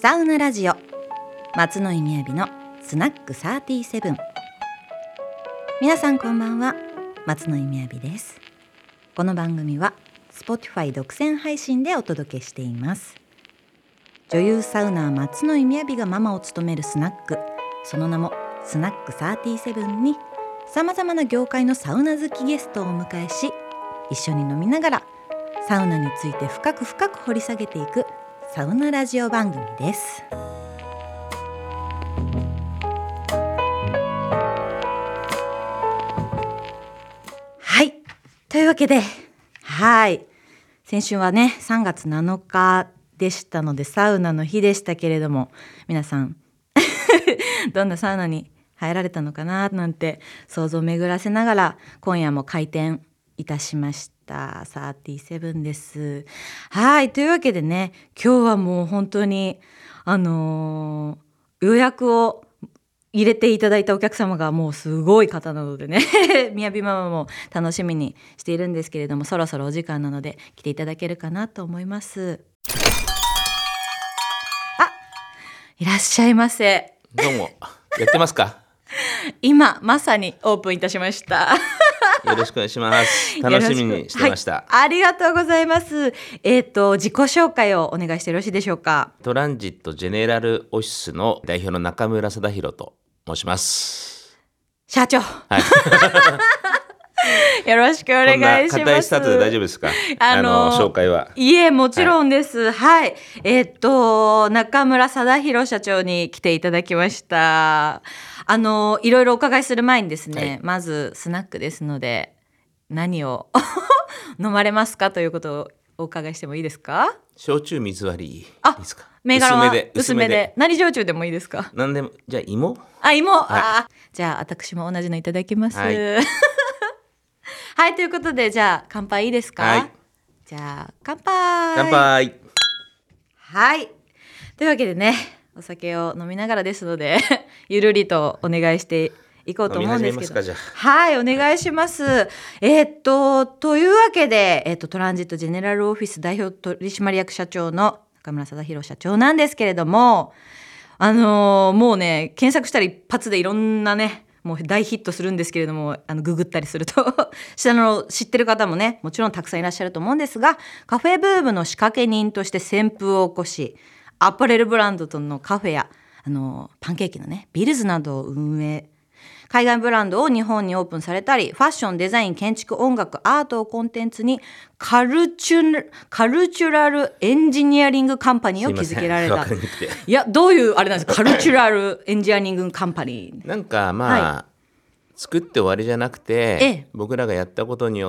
サウナラジオ松野井みやびのスナック37。皆さんこんばんは、松野井みやびです。この番組は Spotify 独占配信でお届けしています。女優サウナー松野井みやびがママを務めるスナック、その名もスナック37にさまざまな業界のサウナ好きゲストをお迎えし、一緒に飲みながらサウナについて深く深く掘り下げていくサウナラジオ番組です。はい、というわけで、先週はね3月7日でしたのでサウナの日でしたけれども、皆さんどんなサウナに入られたのかななんて想像を巡らせながら、今夜も開店いたしました37です。はい、というわけでね、今日はもう本当に予約を入れていただいたお客様がもうすごい方なのでねみやびママも楽しみにしているんですけれども、そろそろお時間なので来ていただけるかなと思います。いらっしゃいませ。 どうも、やってますか？ 今まさにオープンいたしましたよろしくお願いします。楽しみにしてました。 ありがとうございます。自己紹介をお願いしてよろしいでしょうか？ トランジットジェネラルオフィスの代表の中村貞弘と申します。 社長、よろしくお願いします。 こんな硬いスタートで大丈夫ですか？紹介は。 いえ、もちろんです。はい。中村貞弘社長に来ていただきました。いろいろお伺いする前にですね、まずスナックですので何を飲まれますかということをお伺いしてもいいですか？ 焼酎水割りいいですか？ 銘柄は薄めで何焼酎でもいいですか？ 何でも。じゃあ芋？ 芋、じゃあ私も同じのいただきます。はい、ということで、じゃあ乾杯いいですか？はい、じゃあ乾杯。 乾杯。 はい、というわけでね、お酒を飲みながらですのでゆるりとお願いしていこうと思うんですけど、はい、お願いします。というわけで、トランジットジェネラルオフィス代表取締役社長の中村貞弘社長なんですけれども、もうね検索したら一発でいろんなねもう大ヒットするんですけれども、ググったりすると下の知ってる方もねもちろんたくさんいらっしゃると思うんですが、カフェブームの仕掛け人として旋風を起こし、アパレルブランドとのカフェやパンケーキのねビルズなどを運営、海外ブランドを日本にオープンされたり、ファッション、デザイン、建築、音楽、アートをコンテンツにカルチュラルエンジニアリングカンパニーを築けられた。いや、どういうあれなんですか？カルチュラルエンジニアリングカンパニー。 なんか作って終わりじゃなくて、僕らがやったことによって、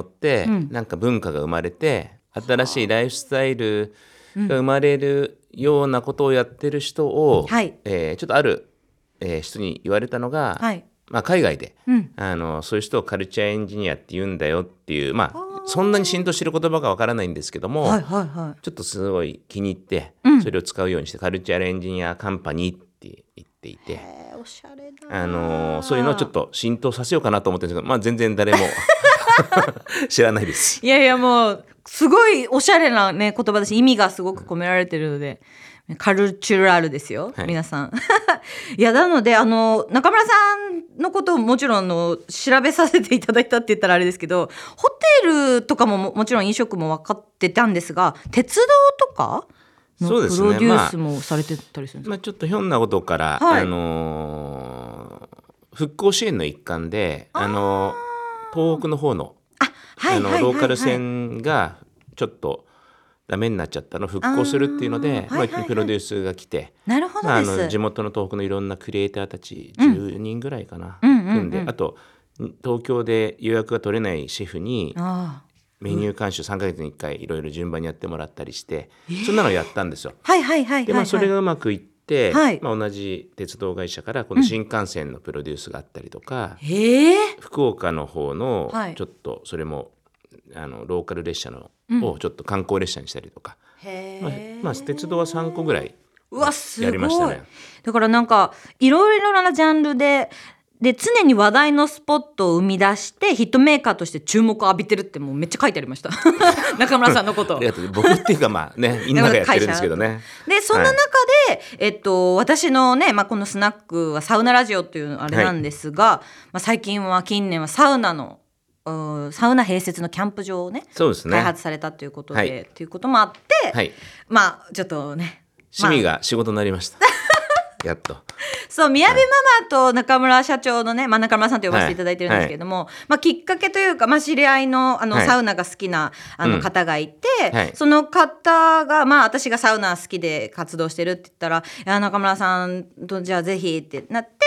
なんか文化が生まれて、新しいライフスタイルが生まれるようなことをやってる人を、ちょっとある、人に言われたのが、海外で、そういう人をカルチャーエンジニアって言うんだよっていう、そんなに浸透してる言葉がわからないんですけども、ちょっとすごい気に入って、それを使うようにしてカルチャーエンジニアカンパニーって言っていて、 おしゃれだ。 そういうのをちょっと浸透させようかなと思ってるんですけど、全然誰も知らないです。 いやいや、もうすごいおしゃれな、ね、言葉だし、意味がすごく込められてるので、カルチュラルですよ、皆さんいや、なので中村さんのことをもちろん調べさせていただいたって言ったらあれですけど、ホテルとかももちろん飲食も分かってたんですが、鉄道とかのプロデュースもされてたりするんですか？ ちょっとひょんなことから、復興支援の一環で東北の方のローカル線がちょっとダメになっちゃったのを復興するっていうので、プロデュースが来て、 なるほどです。 地元の東北のいろんなクリエイターたち10人ぐらいかな、組んで、あと東京で予約が取れないシェフにメニュー監修3ヶ月に1回いろいろ順番にやってもらったりして、そんなのをやったんですよ。で、それがうまくいって、同じ鉄道会社からこの新幹線のプロデュースがあったりとか、福岡の方のちょっとそれもローカル列車のをちょっと観光列車にしたりとか、鉄道は3個ぐらいやりましたね。 だからなんかいろいろなジャンルで常に話題のスポットを生み出してヒットメーカーとして注目を浴びてるってもうめっちゃ書いてありました中村さんのこと僕っていうかみんながやってるんですけどね。 でそんな中私のね、このスナックはサウナラジオというあれなんですが、最近は近年はサウナ併設のキャンプ場をね、 そうですね、 開発されたということで、ということもあって、ちょっとね、 趣味が仕事になりました。やっとそう、みやびママと中村社長のね、中村さんと呼ばせていただいてるんですけれども、きっかけというか、知り合いの、サウナが好きな方がいて、その方が、私がサウナ好きで活動してるって言ったら、いや中村さんとじゃあぜひってなって、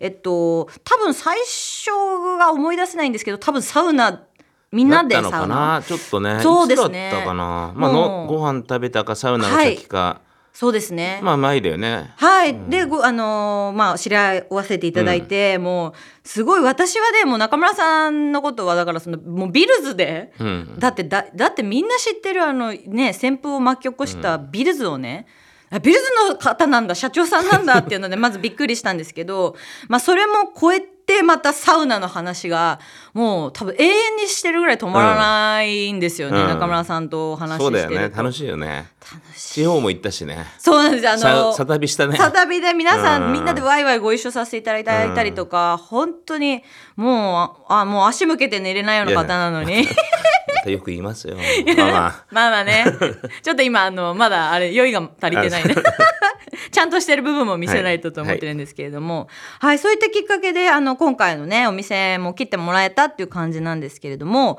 多分最初が思い出せないんですけど、多分サウナみんなでサウナだったのかな、 ちょっとね、 そうですね、 いつだったかな、ご飯食べたかサウナが先か、 そうですね。 前だよね。 はい。で、知り合わせていただいて、もう、すごい、私はね、もう中村さんのことは、だからもうビルズで、だってみんな知ってる旋風を巻き起こしたビルズをね、ビルズの方なんだ、社長さんなんだっていうので、まずびっくりしたんですけど、それも超えて、またサウナの話が、もう多分永遠にしてるぐらい止まらないんですよね、中村さんとお話ししてると。 そうだよね、楽しいよね。地方も行ったしね。 そうなんです。 サタビしたね。 サタビで皆さん、みんなでワイワイご一緒させていただいたりとか、本当にもう足向けて寝れないような方なのに。 よく言いますよ。 まあね。ちょっと今まだあれ酔いが足りてないね。ちゃんとしてる部分も見せないと思ってるんですけれども、はい、そういったきっかけで今回のねお店も切ってもらえたっていう感じなんですけれども、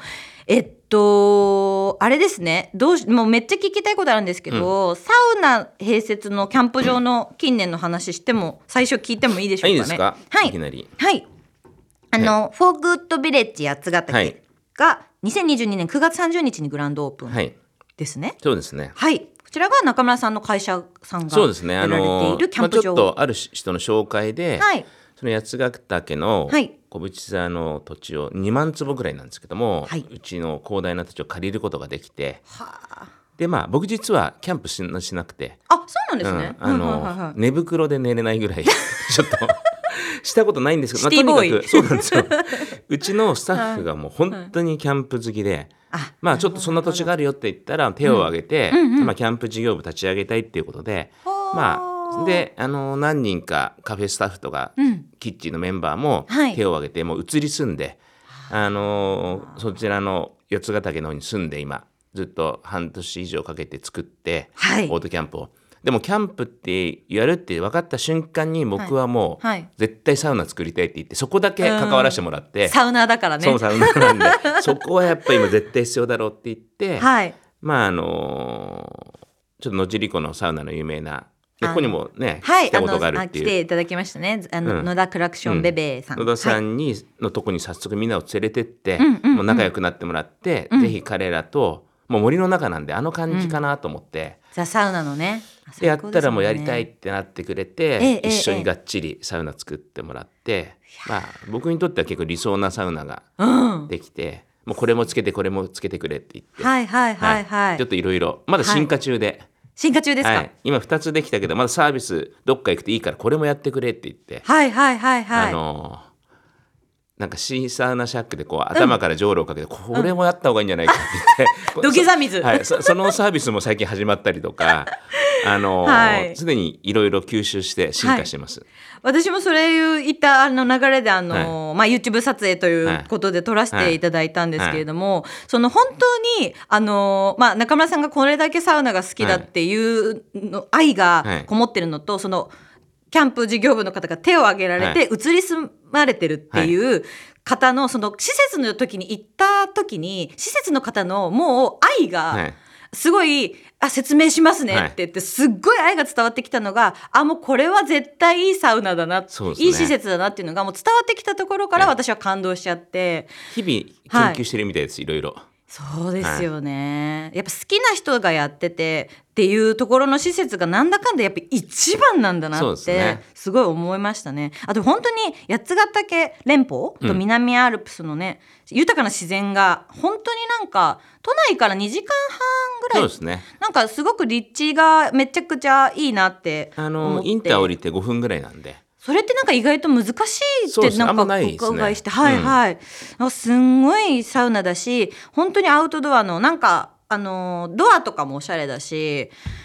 あれですね、もうめっちゃ聞きたいことあるんですけど、サウナ併設のキャンプ場の近年の話しても最初聞いてもいいでしょうかね。 いいですか、 はい、 いきなり。 はい、フォーグッドビレッジ八ヶ岳が2022年9月30日にグランドオープンですね。 そうですね。 はい。こちらが中村さんの会社さんがやられているキャンプ場。 ちょっとある人の紹介で、その八ヶ岳の小淵沢の土地を2万坪ぐらいなんですけども、うちの広大な土地を借りることができて、で僕実はキャンプしなくて、 そうなんですね。 寝袋で寝れないぐらいちょっとしたことないんですけど、 とにかくそうなんですよ。うちのスタッフがもう本当にキャンプ好きで、ちょっとそんな土地があるよって言ったら手を挙げて、キャンプ事業部立ち上げたいっていうことで、で何人かカフェスタッフとか、キッチンのメンバーも手を挙げて、もう移り住んで、そちらの八ヶ岳の方に住んで、今ずっと半年以上かけて作って、オートキャンプを。でもキャンプってやるって分かった瞬間に、僕はもう絶対サウナ作りたいって言って、そこだけ関わらせてもらって、 サウナーだからね。 そう、サウナーなんでそこはやっぱり今絶対必要だろうって言って、ちょっと野尻湖のサウナの有名な、ここにもね、来たことがあるっていう、 来ていただきましたね。野田クラクションベベさん、 野田さんのとこに早速みんなを連れてって、もう仲良くなってもらって、ぜひ彼らと、もう森の中なんで感じかなと思って、 サウナのね、 でやったらもうやりたいってなってくれて、一緒にがっちりサウナ作ってもらって、僕にとっては結構理想なサウナができて、もうこれもつけてこれもつけてくれって言って、ちょっといろいろまだ進化中で、 進化中ですか。 今2つできたけど、まだサービスどっか行くといいからこれもやってくれって言って、なんかシーサウナシャックで頭からじょうろをかけて、これもやった方がいいんじゃないかって言って土下座水、 そのサービスも最近始まったりとか、すでにいろいろ吸収して進化してます。 私もそれ言った流れでYouTube 撮影ということで撮らせていただいたんですけれども、その本当に中村さんがこれだけサウナが好きだっていう愛がこもってるのと、そのキャンプ事業部の方が手を挙げられて移り住まれてるっていう方の、その施設の時に行った時に、施設の方のもう愛がすごい、説明しますねって言って、すっごい愛が伝わってきたのが、もうこれは絶対いいサウナだな、いい施設だなっていうのがもう伝わってきたところから、私は感動しちゃって、 日々研究してるみたいです、いろいろ。 そうですよね、やっぱ好きな人がやっててっていうところの施設がなんだかんだやっぱ一番なんだなってすごい思いましたね。あと本当に八ヶ岳連峰と南アルプスのね、豊かな自然が本当になんか都内から2時間半ぐらい、 そうですね、 なんかすごく立地がめちゃくちゃいいなって思って、 インター降りて5分ぐらいなんで、 それってなんか意外と難しいってなんかお伺いして、すんごいサウナだし、本当にアウトドアのなんかドアとかもおしゃれだし、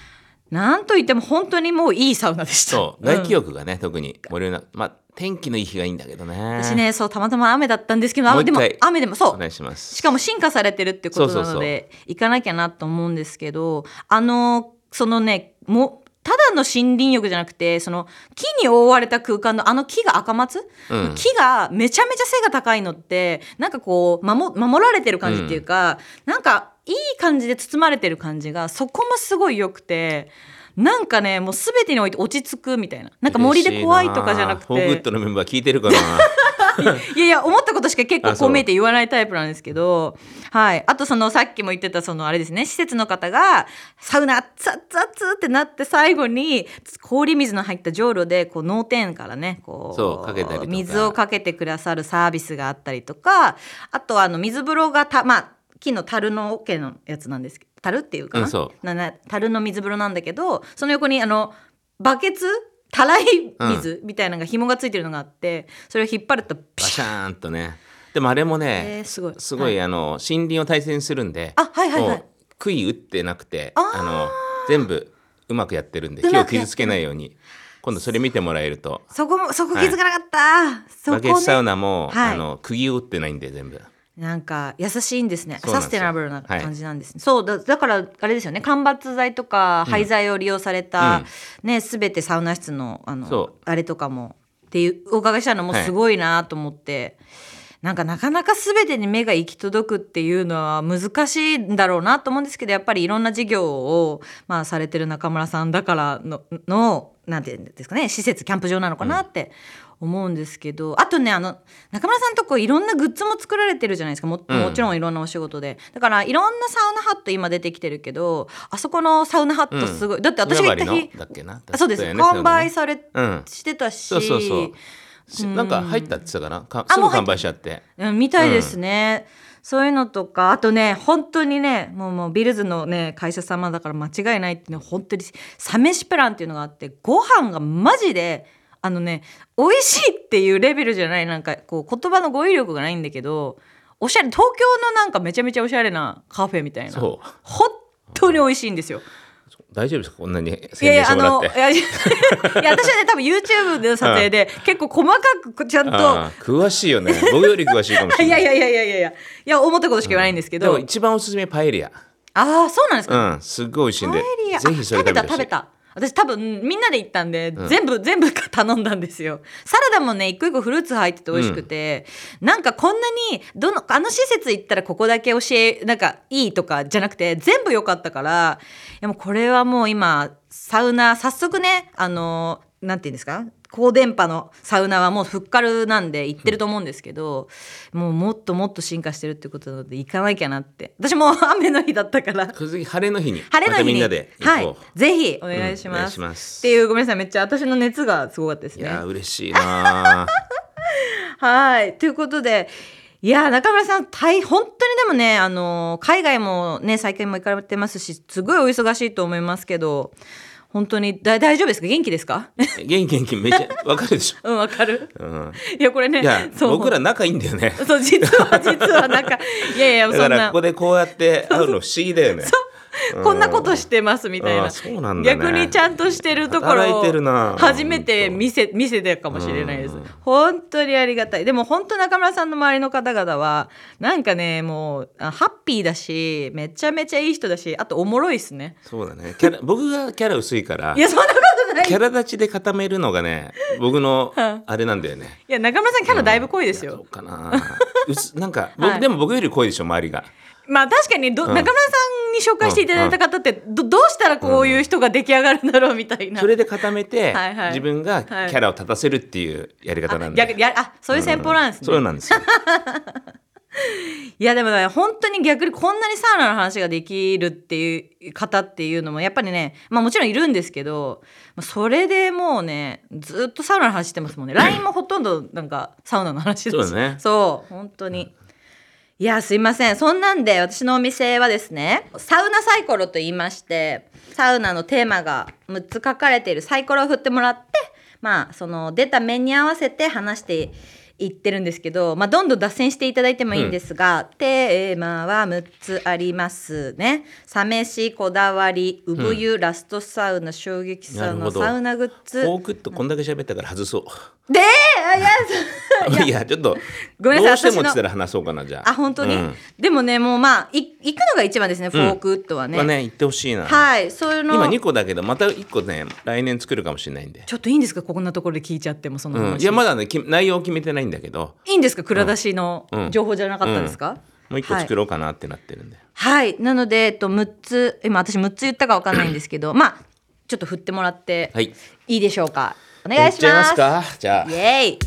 なんといっても本当にもういいサウナでした。 そう、外気浴がね、特に森のまあ天気のいい日がいいんだけどね。 私ね、そうたまたま雨だったんですけど、でも雨でもそうお願いします。 しかも進化されてるってことなので行かなきゃなと思うんですけど、そのね、もうただの森林浴じゃなくて、その木に覆われた空間の木が赤松、木がめちゃめちゃ背が高いのって、なんかこう守られてる感じっていうか、なんかいい感じで包まれてる感じが、そこもすごい良くて、なんかね、もう全てにおいて落ち着くみたいな。なんか森で怖いとかじゃなくて、 フォーグッドのメンバー聞いてるかないやいや、思ったことしか結構こう見えて言わないタイプなんですけど、はい。あとさっきも言ってたあれですね、施設の方がサウナ熱々ってなって、最後に氷水の入ったじょうろでこう脳天からね、こうかけたりとか水をかけてくださるサービスがあったりとか、あと水風呂が木の樽の桶のやつなんですけど、樽っていうかな、樽の水風呂なんだけど、その横にバケツたらい水みたいなのが紐がついてるのがあって、それを引っ張るとバシャーンとね。でもあれもね、すごい、はい、森林を大切にするんで、杭打ってなくて、全部うまくやってるんで、木を傷つけないように。今度それ見てもらえると。 そこ気づかなかった。 バケツサウナも、釘を打ってないんで全部。 なんか優しいんですね。サステナブルな感じなんですね。そうだからあれですよね、間伐材とか廃材を利用された、ね、全てサウナ室のあれとかもっていうお伺いしたのもすごいなと思って、なんかなかなか全てに目が行き届くっていうのは難しいんだろうなと思うんですけど、やっぱりいろんな事業を、されてる中村さんだからのなんていうんですかね、施設キャンプ場なのかなって思うんですけど、あとね、中村さんとこいろんなグッズも作られてるじゃないですか。もちろんいろんなお仕事で、だからいろんなサウナハット今出てきてるけど、あそこのサウナハットすごい、だって私が行った日そうです、完売してたし、 なんか入ったって言ってたかな、すぐ完売しちゃって、 みたいですね。そういうのとか、あとね、本当にね、もうビルズのね会社様だから間違いないっていうのは、本当にサ飯プランっていうのがあって、ご飯がマジで美味しいっていうレベルじゃない、なんかこう言葉の語彙力がないんだけど、おしゃれ、東京のなんかめちゃめちゃおしゃれなカフェみたいな、本当に美味しいんですよ。 大丈夫ですか、こんなに宣伝してもらって。 いや私はね、多分 YouTube での撮影で結構細かくちゃんと詳しいよね。僕より詳しいかもしれない。 いや思ったことしか言わないんですけど、 でも一番おすすめパエリア。 そうなんですか。 すっごい美味しいんで、ぜひそれ食べた。私多分みんなで行ったんで、全部頼んだんですよ。サラダもね、一個一個フルーツ入ってて美味しくて、なんかこんなに施設行ったらここだけなんかいいとかじゃなくて、全部良かったから、いやもうこれはもう今サウナ早速ね、なんていうんですか、高電波のサウナはもうふっかるなんで行ってると思うんですけど、もうもっともっと進化してるってことなので行かなきゃなって。私も雨の日だったから、 晴れの日にまたみんなで行こう。 ぜひお願いします、っていう、ごめんなさい、めっちゃ私の熱がすごかったですね。 いや嬉しいなはい、ということで、いや中村さん本当にでもね、海外もね最近も行かれてますし、すごいお忙しいと思いますけど、本当に大丈夫ですか？元気ですか？ 元気めっちゃわかるでしょ。 わかる、いやこれね、 僕ら仲いいんだよね。 そう、実はなんかいやだからここでこうやって会うの不思議だよね。 こんなことしてますみたいな、 そうなんだね、 逆にちゃんとしてるところを初めて見せてるかもしれないです。本当にありがたい。でも本当中村さんの周りの方々はなんかね、もうハッピーだし、めちゃめちゃいい人だし、あとおもろいですね。 そうだね、僕がキャラ薄いから。 いやそんなことない。 キャラ立ちで固めるのがね、僕のあれなんだよね。 いや中村さんキャラだいぶ濃いですよ。 そうかななんかでも僕より濃いでしょ、周りが。 確かに中村さんに紹介していただいた方って、どうしたらこういう人が出来上がるんだろうみたいな、 それで固めて自分がキャラを立たせるっていうやり方なんで、 そういう戦法なんですね。 そうなんですよいやでもね、本当に逆にこんなにサウナの話ができるっていう方っていうのもやっぱりね、もちろんいるんですけど、それでもうねずっとサウナの話してますもんね。LINE もほとんどなんかサウナの話です。 そうだね。 そう本当に、いやすいません。そんなんで私のお店はですね、サウナサイコロと言いまして、サウナのテーマが6つ書かれているサイコロを振ってもらって、その出た面に合わせて話して言ってるんですけど、どんどん脱線していただいてもいいんですが、テーマは6つありますね。サ飯、こだわり、産湯、ラストサウナ、衝撃サウナ、サウナグッズ。 フォークとこんだけ喋ったから外そう。 いやちょっとごめんなさい、 どうしてもって言ったら話そうかなじゃあ。本当に、でもねもう行くのが一番ですね、フォークウッドはね。 行ってほしいな。 そういうの今2個だけどまた1個ね来年作るかもしれないんで。 ちょっといいんですか、こんなところで聞いちゃってもその話。 いやまだね内容決めてないんだけど。 いいんですか、蔵出しの情報じゃなかったんですか。 もう1個作ろうかなってなってるんで。 なので6つ、今私6つ言ったか分かんないんですけどちょっと振ってもらっていいでしょうか。お願いします。 いっちゃいますか。じゃあイエーイ。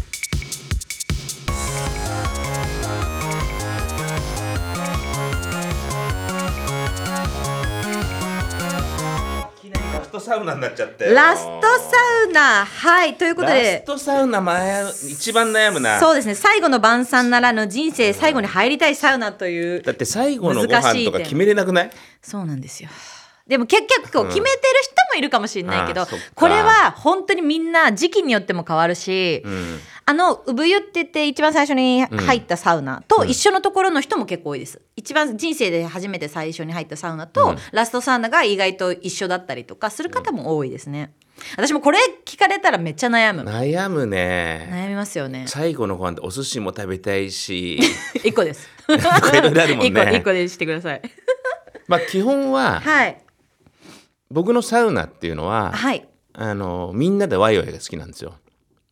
ラストサウナになっちゃってラストサウナ、ということでラストサウナ一番悩むな。 そうですね、最後の晩餐ならぬ人生最後に入りたいサウナというだって最後のご飯とか決めれなくない？ そうなんですよ。でも結構決めてる人もいるかもしれないけど、これは本当にみんな時期によっても変わるし、産湯って言って一番最初に入ったサウナと一緒のところの人も結構多いです。一番人生で初めて最初に入ったサウナとラストサウナが意外と一緒だったりとかする方も多いですね。私もこれ聞かれたらめっちゃ悩むね。 悩みますよね。 最後のご飯ってお寿司も食べたいし 1個ですいろいろあるもんね。 1個でしてください基本は、僕のサウナっていうのは、みんなでワイワイが好きなんですよ。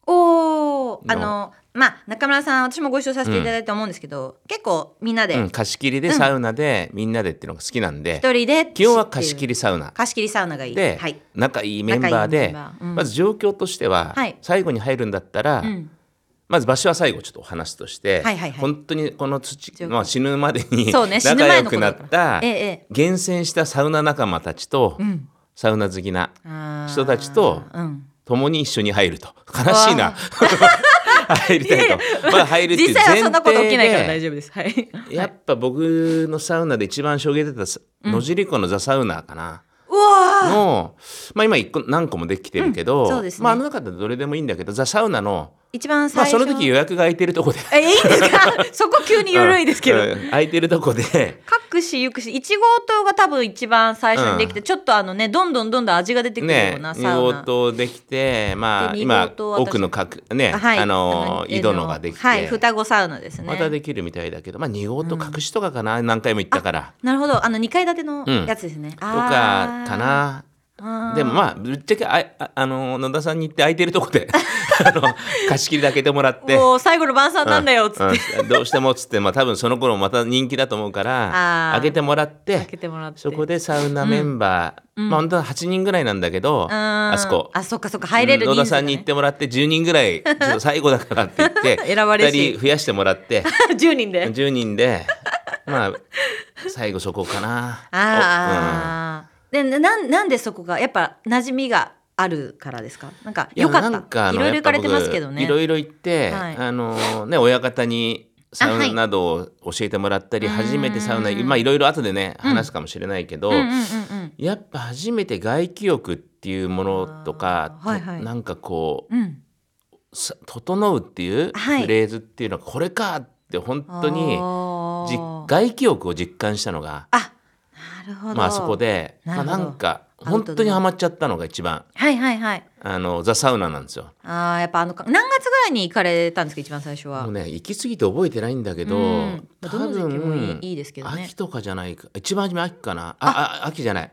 中村さん、私もご一緒させていただいて思うんですけど、結構みんなで、 貸し切りでサウナで、みんなでっていうのが好きなんで、 一人で基本は貸し切りサウナがいいで、仲いいメンバーで、まず状況としては、最後に入るんだったら、まず場所は最後ちょっとお話として、本当にこの死ぬまでに仲良くなった厳選したサウナ仲間たちと、サウナ好きな人たちと共に一緒に入ると。悲しいな入りたいと、入るっていう前提で、実際はそんなこと起きないから大丈夫です。やっぱ僕のサウナで一番衝撃出た野尻湖のザサウナかな。の今何個もできてるけど、あの中でどれでもいいんだけど、ザサウナの一番最初、その時予約が空いてるとこでいいんですかそこ急に緩いですけど、 空いてるとこで各市行くし、1号棟が多分一番最初にできて、ちょっとどんどん味が出てくるようなサウナ、 2号棟できて、今奥の井戸のができて、 双子サウナですね。 またできるみたいだけど、2号棟隠しとかかな、何回も行ったから。 なるほど、2階建てのやつですね、 とかかな。でもぶっちゃけ野田さんに行って空いてるとこで貸し切りで開けてもらって、 最後の晩餐なんだよっつって、 どうしてもっつって、多分その頃また人気だと思うから開けてもらって、そこでサウナメンバー、本当は8人ぐらいなんだけど、 そっか入れる人数がね、 野田さんに行ってもらって10人ぐらいちょっと最後だからって言って2人増やしてもらって 10人で最後そこかな。 でなんでそこがやっぱ馴染みがあるからですか？なんか良かった。いろいろ行かれてますけどね。 いろいろ行って、親方にサウナなどを教えてもらったり、初めてサウナ、いろいろ後でね話すかもしれないけど、やっぱ初めて外気浴っていうものとか、なんかこう、整うっていうフレーズっていうのはこれかって本当に外気浴を実感したのが、 なるほど、 あそこで、なんか本当にハマっちゃったのが一番、ザサウナなんですよ。 やっぱ何月ぐらいに行かれたんですか、一番最初は。 もうね、行き過ぎて覚えてないんだけど、多分いいですけどね、 秋とかじゃないか、一番初め秋かな。秋じゃない、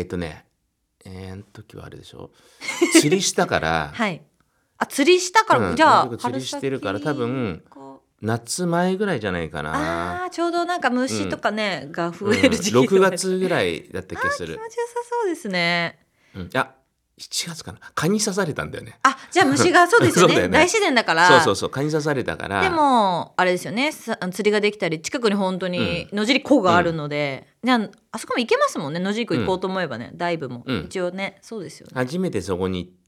時はあれでしょ釣りしたから釣りしたから、じゃあ釣りしてるから多分夏前ぐらいじゃないかな。 ちょうどなんか虫とかね、が増える時期、 6月ぐらいだった気がする。 気持ちよさそうですね。 7月かな、蚊に刺されたんだよね。 じゃあ虫がそうですよね大自然だから。 そう蚊に刺されたから。 でもあれですよね、釣りができたり近くに本当に野尻湖があるので、じゃあそこも行けますもんね、野尻湖行こうと思えばね、ダイブも一応ね、そうですよね。 初めてそこに行って、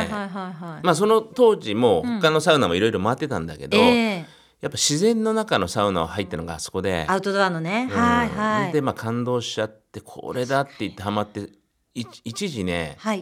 その当時も他のサウナもいろいろ回ってたんだけど、やっぱ自然の中のサウナを入ったのがあそこで、 アウトドアのね、 で感動しちゃって、これだって言ってハマって、一時ね、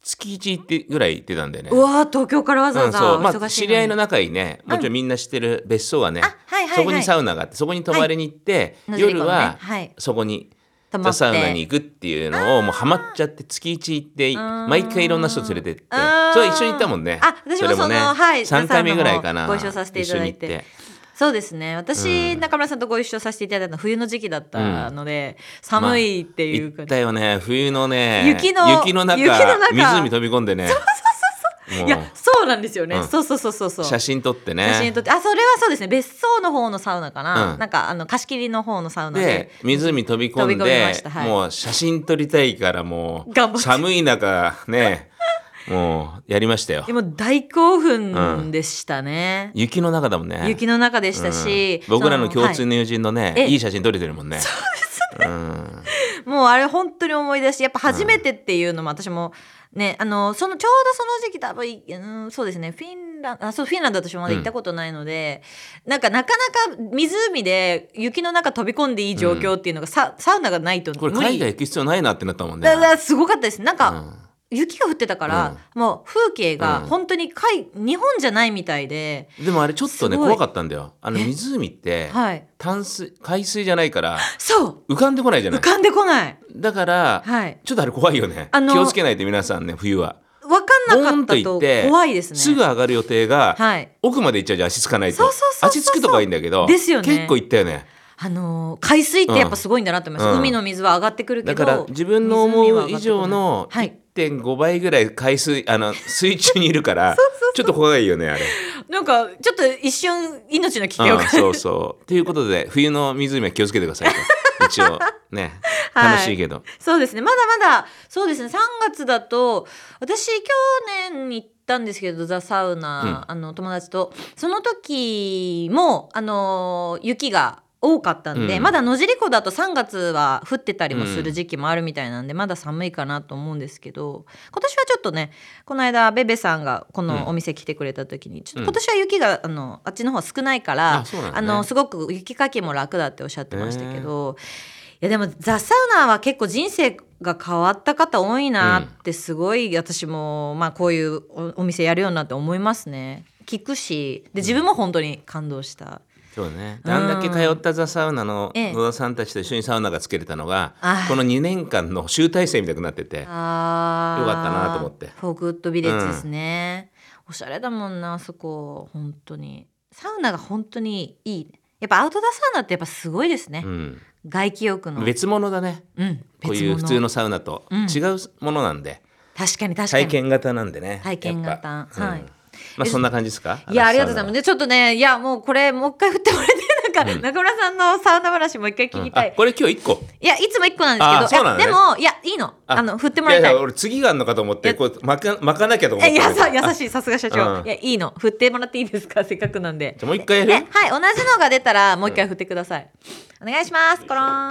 月1ってぐらい行ってたんだよね。 うわ東京からわざわざ、 そう、まあ、知り合いの中にね、もちろんみんな知ってる別荘がね、そこにサウナがあって、そこに泊まりに行って、夜はそこにザ・サウナに行くっていうのをもうハマっちゃって、月1行って毎回いろんな人連れてって、それ一緒に行ったもんね。 私もその、 3回目ぐらいかな、 ご一緒させていただいて。そうですね、私、中村さんとご一緒させていただいたのは冬の時期だったので、寒いっていうか、 行ったよね、冬のね、 雪の中湖飛び込んでね。 いやそうなんですよね、そう写真撮ってね、 それはそうですね、別荘の方のサウナかな、なんか貸し切りの方のサウナで湖飛び込んで、もう写真撮りたいからもう寒い中ねもうやりましたよ。 でも大興奮でしたね、 雪の中だもんね。 雪の中でしたし、 僕らの共通の友人のね、いい写真撮れてるもんね。 そうですね、もうあれ本当に思い出し、やっぱ初めてっていうのも私もね、ちょうどその時期多分、そうですね、フィンランド私もまだ行ったことないので、なかなか湖で雪の中飛び込んでいい状況っていうのが、サウナがないとこれ海外行く必要ないなってなったもんね。 すごかったです。なんか、雪が降ってたから、もう風景が本当に日本じゃないみたいで、 でもあれちょっとね怖かったんだよ。湖って海水じゃないから浮かんでこないじゃない。 浮かんでこない。 だから、ちょっとあれ怖いよね。気をつけないと皆さんね、冬は。 分かんなかったと怖いですね。 すぐ上がる予定が、奥まで行っちゃうじゃん、足つかないと。足つくとかはいいんだけど、結構行ったよね。 海水ってやっぱすごいんだなと思います。海の水は上がってくるけど、 だから自分の思う以上の 1.5 倍ぐらい水中にいるからちょっと怖いよねあれ。 なんかちょっと一瞬命の危険を感じる。 そうということで冬の湖は気をつけてくださいと一応ね楽しいけど、 そうですね、まだそうですね、3月だと私去年に行ったんですけど、ザ・サウナ、友達とその時も雪が多かったんで、まだ野尻湖だと3月は降ってたりもする時期もあるみたいなんで、まだ寒いかなと思うんですけど、今年はちょっとね、この間ベベさんがこのお店来てくれた時に、ちょっと今年は雪があっちの方は少ないから、すごく雪かきも楽だっておっしゃってましたけど、いやでもザ・サウナは結構人生が変わった方多いなってすごい、私もこういうお店やるようになって思いますね。聞くし、で自分も本当に感動した。 そうね、あんだけ通ったザ・サウナの野田さんたちと一緒にサウナがつけれたのが、この2年間の集大成みたいになっててよかったなと思って。 フォーグウッドビレッジですね、おしゃれだもんな、そこ本当にサウナが本当にいい。やっぱアウトドアサウナってやっぱすごいですね、外気浴の別物だね、こういう普通のサウナと違うものなんで、 確かに体験型なんでね、 体験型、 そんな感じですか。 いやありがとうございます。ちょっとね、いやもうこれもう一回振ってもらえて、なんか中村さんのサウナ話もう一回聞きたい。 これ今日1個、 いやいつも1個なんですけど、でもいやいいの、振ってもらいたい。 俺次があるのかと思ってこう巻かなきゃと思って。 優しい、さすが社長。いやいいの、振ってもらっていいですか、せっかくなんで。 じゃもう一回やる。 はい、同じのが出たらもう一回振ってください。お願いします。コロン。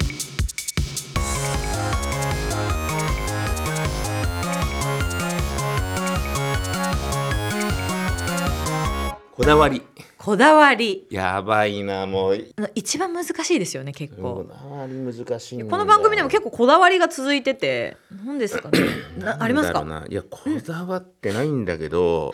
こだわりやばいな、もう一番難しいですよね、結構。 こだわり難しいんだ。 この番組でも結構こだわりが続いてて、何ですかねありますか。 いやこだわってないんだけど、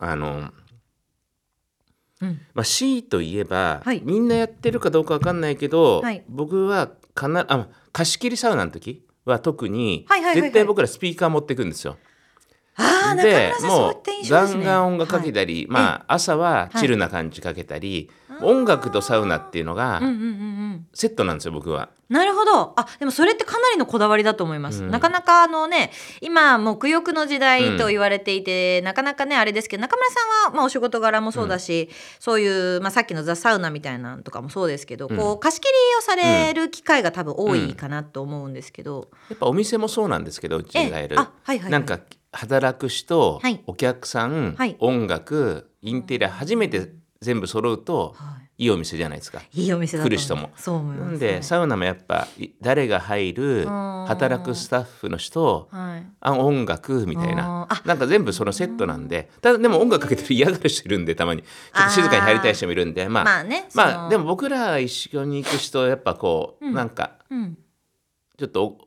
強いといえば、みんなやってるかどうか分かんないけど、僕は貸し切りサウナの時は特に絶対僕らスピーカー持っていくんですよ。でもうガンガン音楽かけたり、朝はチルな感じかけたり、音楽とサウナっていうのがセットなんですよ、僕は。 なるほど。でもそれってかなりのこだわりだと思います。なかなか今沐浴の時代と言われていて、なかなかねあれですけど、中村さんはお仕事柄もそうだし、そういう、さっきのザ・サウナみたいなのとかもそうですけど、こう貸し切りをされる機会が多分多いかなと思うんですけど、 やっぱお店もそうなんですけど、うちがやるなんか働く人、お客さん、音楽、インテリア初めて全部揃うと、いいお店じゃないですか。 いいお店だと来る人も。 そう思います。 なんでサウナもやっぱ誰が入る、働くスタッフの人、音楽みたいな、なんか全部そのセットなんで。ただでも音楽かけてる嫌がる人いるんで、たまにちょっと静かに入りたい人もいるんで、でも僕ら一緒に行く人やっぱこう、なんかちょっと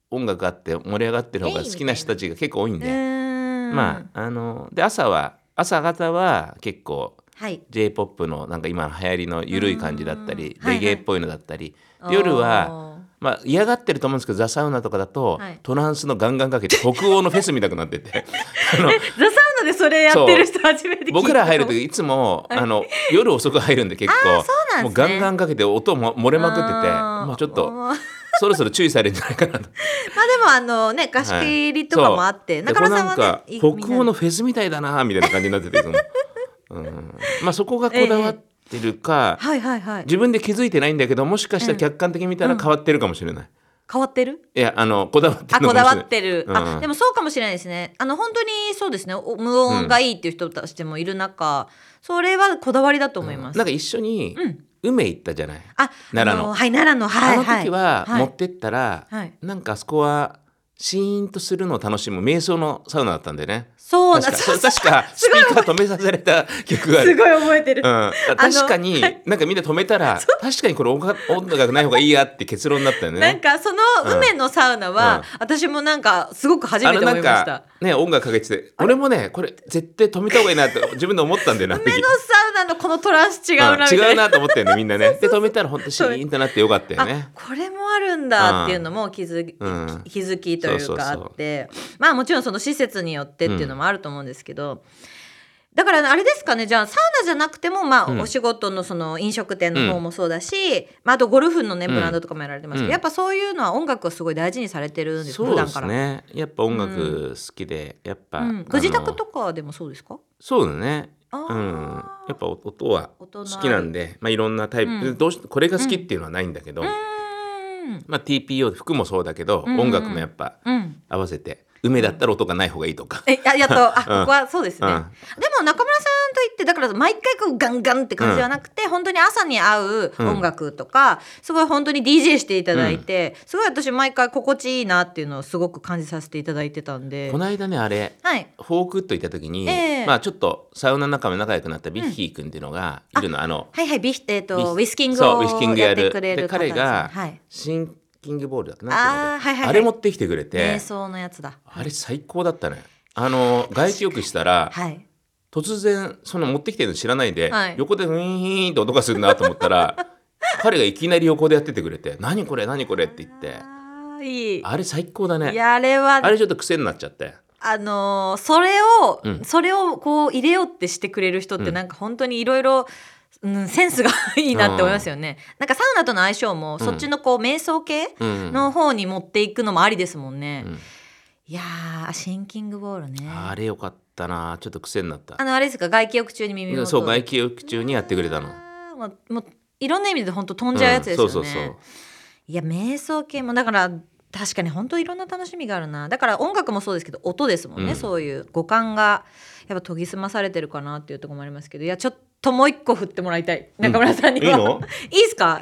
音楽あって盛り上がってる方が好きな人たちが結構多いんで、で朝方は結構、J-POP のなんか今流行りの緩い感じだったり、レゲエっぽいのだったり、夜は嫌がってると思うんですけど、ザ・サウナとかだと、トランスのガンガンかけて北欧のフェスみたくなっててザ・サウナでそれやってる人初めて聞いた。 僕ら入るといつも夜遅く入るんで結構もうガンガンかけて音も漏れまくってて、もうちょっとそろそろ注意されるんじゃないかなと。 でも貸し切りとかもあって、中村さんはね、 なんか北欧のフェスみたいだなみたいな感じになってて、そこがこだわってるか、自分で気づいてないんだけど、もしかしたら客観的に見たら変わってるかもしれない。 変わってる？ いやこだわってるのかもしれない。 こだわってる。でもそうかもしれないですね。本当にそうですね。無音がいいっていう人たちもいる中、それはこだわりだと思います。 なんか一緒に梅行ったじゃない。奈良の。 奈良の。 あの時は持ってったら、なんかあそこはシーンとするのを楽しむ瞑想のサウナだったんでね。 そう確かスピーカー止めさせられた曲がある。 すごい覚えてる。 確かになんかみんな止めたら確かにこれ音楽ない方がいいやって結論になったよね。 なんかその梅のサウナは、私もなんかすごく初めて思いました。 ね、音楽かけてて、俺もねこれ絶対止めた方がいいなって自分で思ったんだよな。 梅のサウナのこのトランス違うなみたいな。 違うなと思ったよね、みんなね。で止めたら本当シーンとなってよかったよね。 これもあるんだっていうのも気づきというかあって、もちろんその施設によってっていうのもあると思うんですけど、だからあれですかね、じゃあサウナじゃなくても、お仕事のその飲食店の方もそうだし、あとゴルフのねブランドとかもやられてますけど、やっぱそういうのは音楽をすごい大事にされてるんですか？ そうですね、やっぱ音楽好きで、やっぱ、 ご自宅とかでもそうですか？ そうだね。やっぱ音は好きなんで、いろんなタイプ、これが好きっていうのはないんだけど、TPO 服もそうだけど、音楽もやっぱ合わせて、梅だったら音がない方がいいとか。 やっとここはそうですね。でも中村さんといって、だから毎回こうガンガンって感じじゃなくて、本当に朝に合う音楽とか、すごい本当に DJ していただいて、すごい私毎回心地いいなっていうのをすごく感じさせていただいてたんで。 この間ねフォークウッド行った時に、ちょっとサウナ仲間仲良くなったビッヒー君っていうのがいるの。ウィスキングをやってくれる方ですね。彼がシンキングボールだったな、あれ持ってきてくれて、 瞑想のやつだ。 あれ最高だったね。外気浴したら、突然その持ってきてるの知らないで、横でウィーンって音がするなと思ったら彼がいきなり横でやっててくれて、何これ何これって言って、あれ最高だね。 あれちょっと癖になっちゃって、 それをこう入れようってしてくれる人ってなんか本当にいろいろセンスがいいなって思いますよね。なんかサウナとの相性も、そっちのこう瞑想系の方に持っていくのもありですもんね。いやー、シンキングボールね。あれよかったな、ちょっと癖になった。 あれですか、外気浴中に耳元。 そう、外気浴中にやってくれたの。 もういろんな意味で本当飛んじゃうやつですよね。いや、瞑想系もだから確かに本当いろんな楽しみがあるな。だから音楽もそうですけど、音ですもんね。そういう五感がやっぱ研ぎ澄まされてるかなっていうところもありますけど、いやちょっともう一個振ってもらいたい、中村さんには。いいの？いいですか？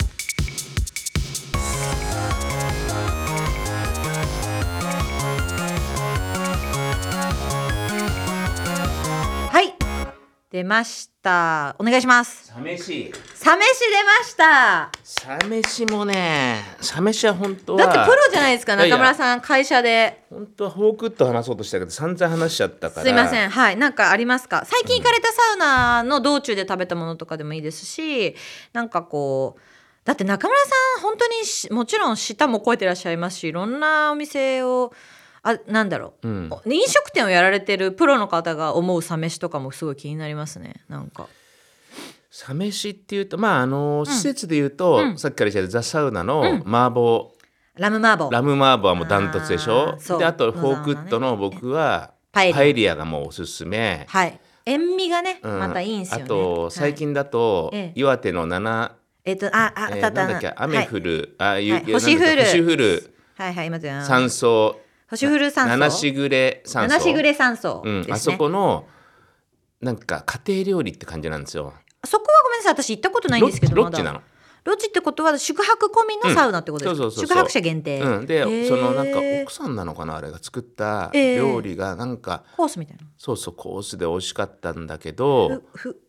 はい、出ました。お願いします。 サ飯出ました。 サ飯もね、サ飯は本当はだってプロじゃないですか、中村さん。会社で本当はフォークウッド話そうとしたけど散々話しちゃったから。 すいません。はい、なんかありますか？最近行かれたサウナの道中で食べたものとかでもいいですし、なんかこう、だって中村さん本当にもちろん舌も超えてらっしゃいますし、いろんなお店をなんだろう、飲食店をやられてるプロの方が思うサ飯とかもすごい気になりますね。なんかサ飯っていうと、施設でいうと、さっきから言ったザ・サウナの麻婆、 ラム麻婆はもうダントツでしょ。であとフォークウッドの僕はパエリアがもうおすすめ。 塩味がね、またいいんですよね。 あと最近だと、岩手のなんだっけ、雨降る、 星降る、 山荘、 星降る山荘、 七しぐれ山荘、あそこのなんか家庭料理って感じなんですよ。 そこはごめんなさい、私行ったことないんですけど。 ロッジなの。 ロッジってことは宿泊込みのサウナってことですか？宿泊者限定。 で、そのなんか奥さんなのかな、あれが作った料理がなんかコースみたいな。 そうコースで美味しかったんだけど、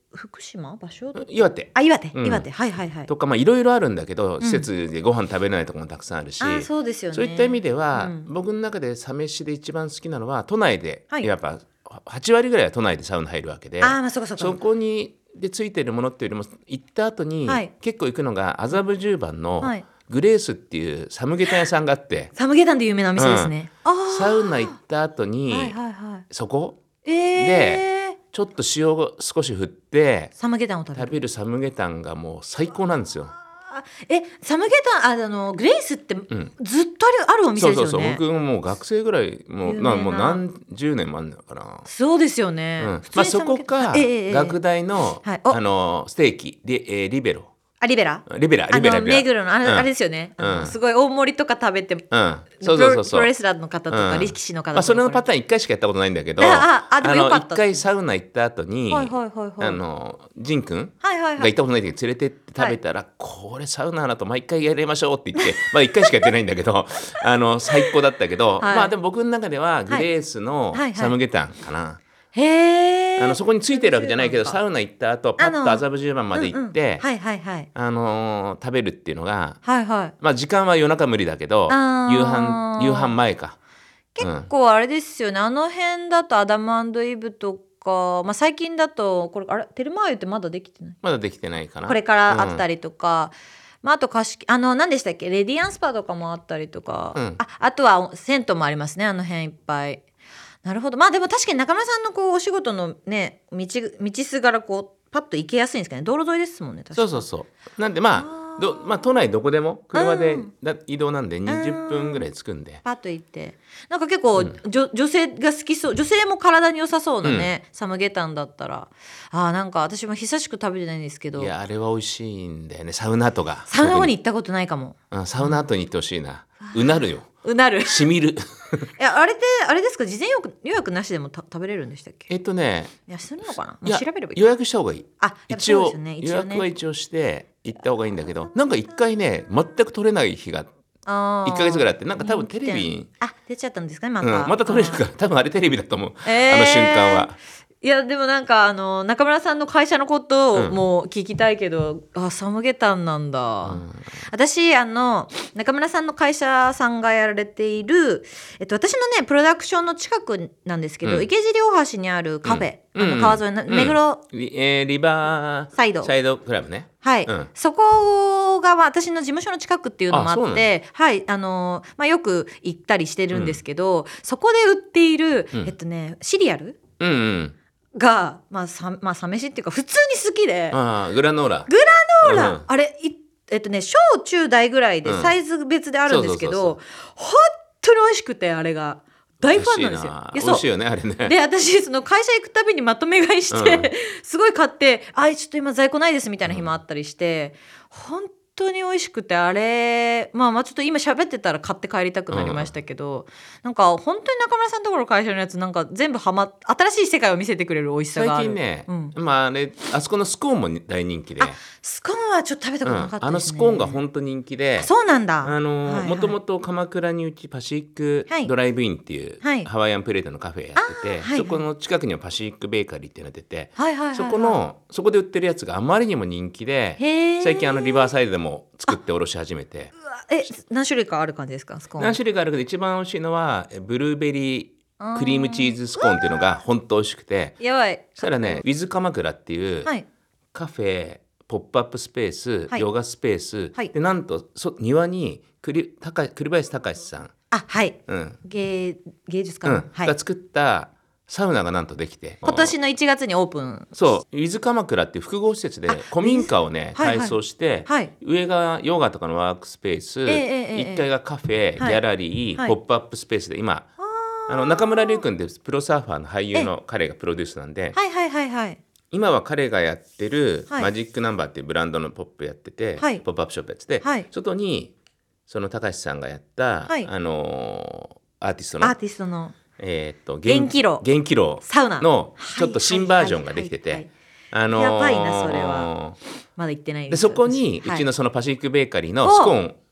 福島場所岩手岩手、はいはいはいとかいろいろあるんだけど、施設でご飯食べれないところもたくさんあるし、 そうですよね。 そういった意味では、僕の中でサ飯で一番好きなのは都内で、やっぱ8割ぐらいは都内でサウナ入るわけで、そこにでついてるものっていうよりも行った後に、結構行くのが麻布十番のグレースっていうサムゲタン屋さんがあって、 サムゲタンで有名なお店ですね、 サウナ行った後に、そこでちょっと塩を少し振ってサムゲタンを食べるサムゲタンがもう最高なんですよ。 サムゲタングレースってずっとあるお店ですよね。 そう僕もう学生ぐらいもう何十年もあるんだから。 そうですよね、 そこか、学大の、ステーキリベロリベラ目黒のあれですよね、すごい大盛りとか食べて、プロレスラーの方とか力士の方とか、 それのパターン1回しかやったことないんだけど、1回サウナ行った後にジン君が行ったことない時に連れてって食べたら、これサウナだと毎回やりましょうって言って1回しかやってないんだけど最高だったけど、でも僕の中ではグレースのサムゲタンかな。そこについてるわけじゃないけど、サウナ行った後パッと麻布十番まで行って食べるっていうのが、時間は夜中無理だけど夕飯前か。 結構あれですよね、あの辺だとアダム&イブとか、最近だとこれテルマー湯ってまだできてないかな。これからあったりとか、あと何でしたっけ、レディアンスパとかもあったりとか、あとは銭湯もありますね、あの辺いっぱい。なるほど。でも確かに中村さんのお仕事のね道すがらパッと行けやすいんですかね。道路沿いですもんね。確かにそうなんで都内どこでも車で移動なんで20分ぐらい着くんで、 パッと行って、なんか結構、女性が好きそう、女性も体に良さそうなね、サムゲタンだったら、なんか私も久しく食べてないんですけど、 いやあれは美味しいんだよね。サウナ後に行ったことないかも。 サウナ後に行ってほしいな。うなるよ。しみる。 あれってあれですか、事前予約なしでも食べれるんでしたっけ？いやするのかな。調べればいい。 予約した方がいい。 一応予約は一応して行った方がいいんだけど、なんか一回ね全く取れない日が1ヶ月ぐらいあって、なんか多分テレビに出ちゃったんですかね。 また取れるから、多分あれテレビだと思う、あの瞬間は。 いやでもなんか中村さんの会社のことをもう聞きたいけど、サムゲタンなんだ、私中村さんの会社さんがやられている、私のねプロダクションの近くなんですけど、池尻大橋にあるカフェ、川沿いの目黒、 リバーサイドクラブね。 そこが私の事務所の近くっていうのもあって、よく行ったりしてるんですけど、そこで売っている、シリアル、がサ飯っていうか普通に好きで、 グラノーラ、 あれ小中大ぐらいでサイズ別であるんですけど、本当に美味しくて、あれが大ファンなんですよ。 美味しいよねあれね。 で私その会社行くたびにまとめ買いして、すごい買って、ちょっと今在庫ないですみたいな日もあったりして、本当に美味しくて、あれちょっと今喋ってたら買って帰りたくなりましたけど、なんか本当に中村さんのところ会社のやつなんか全部新しい世界を見せてくれる美味しさがある。 最近ね、あそこのスコーンも大人気で、 スコーンはちょっと食べたことなかったですね。 あのスコーンが本当人気で、 そうなんだ。 もともと鎌倉にうちパシフィックドライブインっていうハワイアンプレートのカフェやってて、そこの近くにはパシフィックベーカリーっていうのが出て、そこで売ってるやつがあまりにも人気で、最近リバーサイドでも作っておろし始めて。 何種類かある感じですか？スコーン何種類かあるけど一番美味しいのはブルーベリークリームチーズスコーンっていうのが本当美味しくて、 やばい。 そしたらね、ウィズ鎌倉っていうカフェ、ポップアップスペース、ヨガスペース、でなんと庭に栗林隆さん、 芸術家の、 が作ったサウナがなんとできて、 今年の1月にオープン。 そう、ウィズ鎌倉っていう複合施設で古民家をね改装して、上がヨガとかのワークスペース、1階がカフェ、ギャラリー、ポップアップスペースで、今中村龍君ってプロサーファーの俳優の彼がプロデュースなんで、今は彼がやってるマジックナンバーっていうブランドのポップやってて、ポップアップショップやってて、外にその高橋さんがやった、アーティストの元気楼サウナのちょっと新バージョンができてて、 やばいなそれは。まだ行ってないで、そこにうちのそのパシフィックベーカリーのスコーン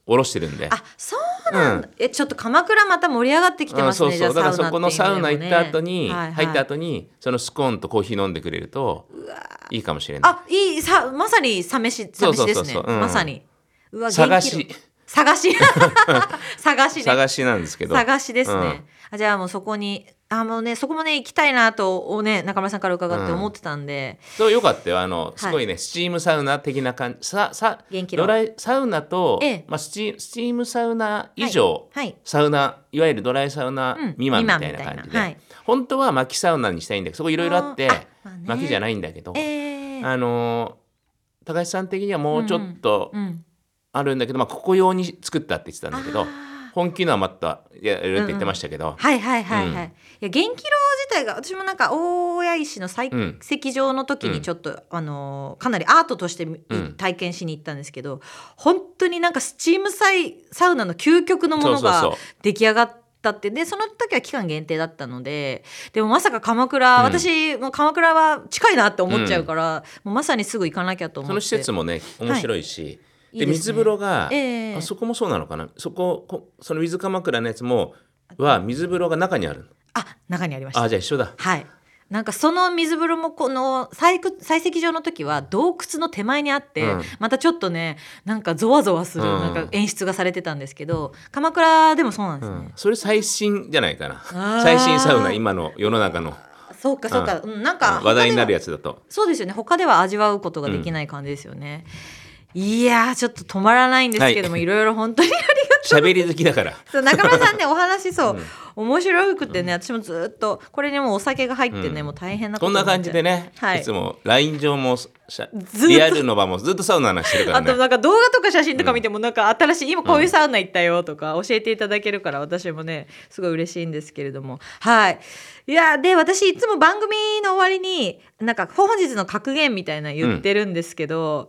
卸してるんで。 あ、そうなんだ、ちょっと鎌倉また盛り上がってきてますね。 そうそう、だからそこのサウナ行った後に、 に、入った後にそのスコーンとコーヒー飲んでくれるといいかもしれない。 あ、いい、まさにサ飯ですね。まさに。 うわ、探し探しなんですけど、 探しですね。じゃあもうそこにもうね、そこもね行きたいなとね、中村さんから伺って思ってたんで、 そう、よかったよ。すごいね、スチームサウナ的な感じ、ドライサウナと、スチームサウナ以上、サウナ、いわゆるドライサウナ未満みたいな感じで、本当は薪サウナにしたいんだけど、そこいろいろあって薪じゃないんだけど、高橋さん的にはもうちょっとあるんだけど、ここ用に作ったって言ってたんだけど、本気のはまたやるって言ってましたけど、 いや、元気炉自体が、私もなんか大谷石の採石場の時にちょっと、かなりアートとして体験しに行ったんですけど、本当になんかスチームサウナの究極のものが出来上がったって。でその時は期間限定だったので、でもまさか鎌倉、私も鎌倉は近いなって思っちゃうから、もうまさにすぐ行かなきゃと思って。 その施設もね面白いし、で水風呂が、そこもそうなのかな、その水鎌倉のやつも水風呂が中にある。 中にありました。 じゃあ一緒だ。 なんかその水風呂もこの採石場の時は洞窟の手前にあって、またちょっとね、なんかゾワゾワするなんか演出がされてたんですけど、鎌倉でもそうなんですね。 それ最新じゃないかな。最新サウナ、今の世の中の。 そうか、なんか話題になるやつだと。 そうですよね。他では味わうことができない感じですよね。いやちょっと止まらないんですけども、いろいろ本当にありがとう。 喋り好きだから。 中村さんね、お話面白くてね、私もずっとこれにもお酒が入ってね、もう大変なことこんな感じでね、いつも LINE 上もリアルの場もずっとサウナの話してるからね。 あとなんか動画とか写真とか見ても、なんか新しい、今こういうサウナ行ったよとか教えていただけるから、私もねすごい嬉しいんですけれども、いやで、私いつも番組の終わりになんか本日の格言みたいな言ってるんですけど、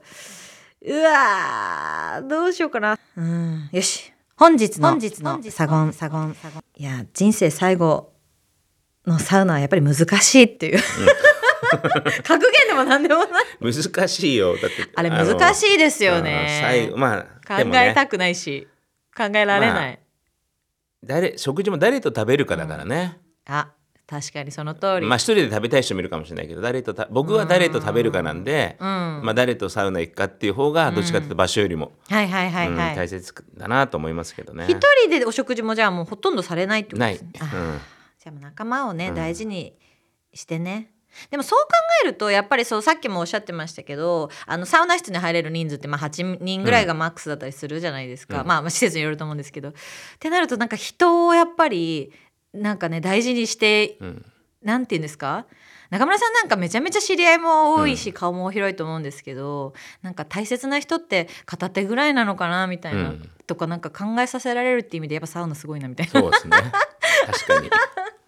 どうしようかな。よし、本日のサゴン。いや、人生最後のサウナはやっぱり難しいっていう、格言でも何でもない。 難しいよ。だってあれ難しいですよね。考えたくないし、考えられない。 食事も誰と食べるかだからね。 確かにその通り。 一人で食べたい人もいるかもしれないけど、僕は誰と食べるかなんで、誰とサウナ行くかっていう方がどっちかっていうと場所よりも大切だなと思いますけどね。 一人でお食事もじゃあもうほとんどされないってことですね。じゃあもう仲間をね、大事にしてね。でもそう考えるとやっぱりさっきもおっしゃってましたけど、サウナ室に入れる人数って8人ぐらいがマックスだったりするじゃないですか。施設によると思うんですけど、ってなるとなんか人をやっぱりなんかね大事にして、なんていうんですか、中村さんなんかめちゃめちゃ知り合いも多いし、顔も広いと思うんですけど、なんか大切な人って片手ぐらいなのかなみたいな、とかなんか考えさせられるっていう意味でやっぱサウナすごいなみたいな。 そうですね、確かに。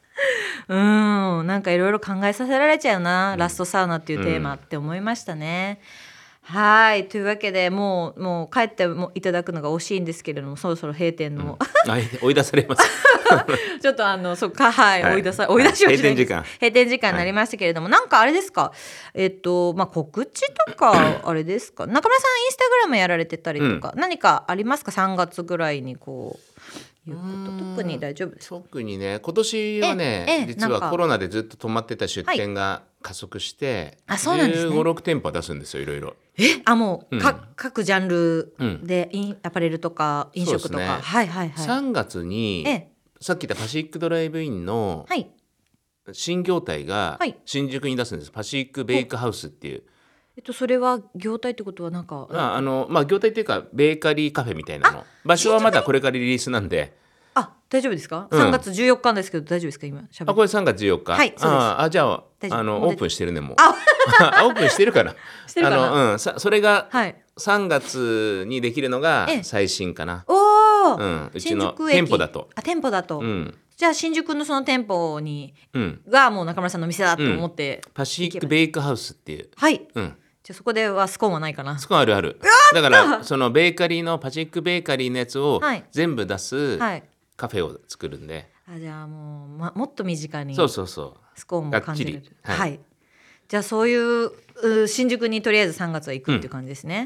なんかいろいろ考えさせられちゃうな、ラストサウナっていうテーマって思いましたね。というわけでもう帰ってもいただくのが惜しいんですけれども、そろそろ閉店の、 追い出されますちょっと追い出しをしないです。閉店時間になりましたけれども、なんかあれですか、告知とかあれですか、中村さんインスタグラムやられてたりとか、何かありますか？3月ぐらいにいうこと、特に大丈夫ですか？ 特にね、今年はね、実はコロナでずっと止まってた出店が加速して、15、6店舗出すんですよ、いろいろ。 もう、各ジャンルで、アパレルとか飲食とか。 3月に、さっき言ったパシフィックドライブインの新業態が新宿に出すんです。パシフィックベイクハウスっていう。 それは業態ってことはなんか業態っていうかベーカリーカフェみたいなの。場所はまだこれからリリースなんで。 大丈夫ですか？3月14日ですけど大丈夫ですか？今これ3月14日。 はい、そうです。 じゃあオープンしてるね、もう。オープンしてるから。 してるかな。 それが3月にできるのが最新かな。うちの店舗だと。 店舗だと。じゃあ新宿のその店舗がもう中村さんの店だと思って。 パシフィックベイクハウスっていう。 じゃあそこではスコーンはないかな。 スコーンある。だからそのベーカリーのパシフィックベーカリーのやつを全部出すカフェを作るんで。 じゃあもっと身近に。 スコーンも感じる。じゃあそういう新宿にとりあえず3月は行くっていう感じですね。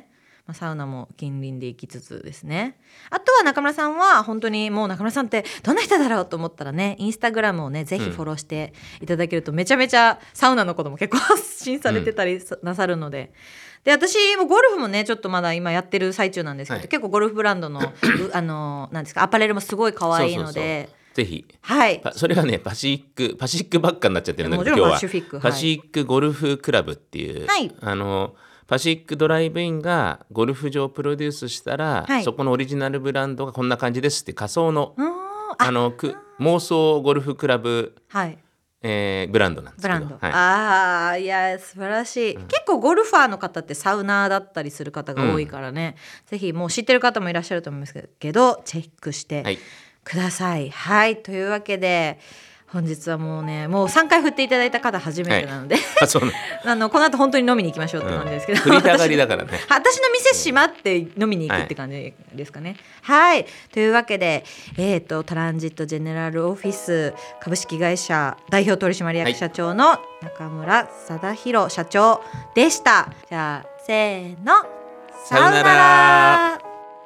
サウナも近隣で行きつつですね。あとは中村さんは本当にもう中村さんってどんな人だろうと思ったらね、インスタグラムをねぜひフォローしていただけると、めちゃめちゃサウナのことも結構発信されてたりなさるので、で私もゴルフもねちょっとまだ今やってる最中なんですけど、結構ゴルフブランドのなんですか、アパレルもすごい可愛いので、 ぜひ、 はい、 それはねパシフィックばっかになっちゃってるんだけど、今日はパシフィックゴルフクラブっていう、 はい、 パシフィックドライブインがゴルフ場をプロデュースしたら、はい、そこのオリジナルブランドがこんな感じですって仮想の妄想ゴルフクラブ、はい、ブランドなんですけど、 はい、いや素晴らしい、結構ゴルファーの方ってサウナーだったりする方が多いからね、ぜひもう知ってる方もいらっしゃると思いますけどチェックしてください。はい、というわけで本日はもう3回振っていただいた方初めてなので、はい、そうこの後本当に飲みに行きましょうって感じですけど、 振りたがりだからね私の店閉まって飲みに行くって感じですかね。はい、というわけで、トランジットジェネラルオフィス株式会社代表取締役社長の中村貞弘社長でした。じゃあせーの、 さよなら。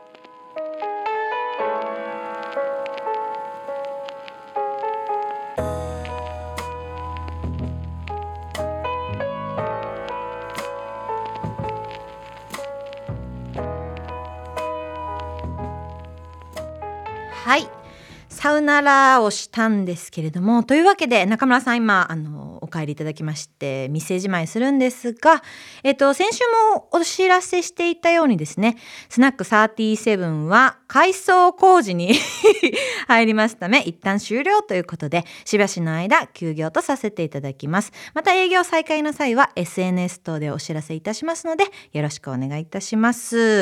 はい、サウナラをしたんですけれども、というわけで中村さん今お帰りいただきまして店じまいするんですが、先週もお知らせしていたようにですね、スナック37は改装工事に入りますため一旦終了ということで、しばしの間休業とさせていただきます。また営業再開の際は SNS 等でお知らせいたしますのでよろしくお願いいたします。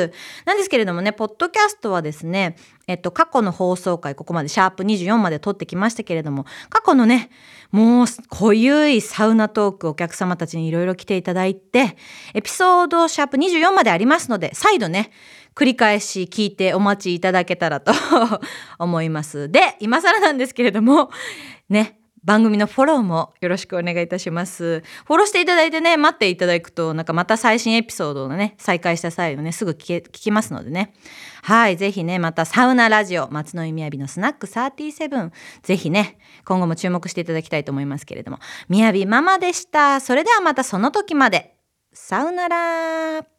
なんですけれどもね、ポッドキャストはですね、過去の放送回ここまでシャープ24まで撮ってきましたけれども、過去のねもう濃ゆいサウナトークお客様たちにいろいろ来ていただいて、エピソードシャープ24までありますので再度ね繰り返し聞いてお待ちいただけたらと思います。で今更なんですけれどもね、番組のフォローもよろしくお願いいたします。フォローしていただいてね、待っていただくとなんかまた最新エピソードのね再開した際のねすぐ聞きますのでね、はい、ぜひねまたサウナラジオ松の井みやびのスナック37、ぜひね今後も注目していただきたいと思いますけれども、みやびママでした。それではまたその時まで、さよなら。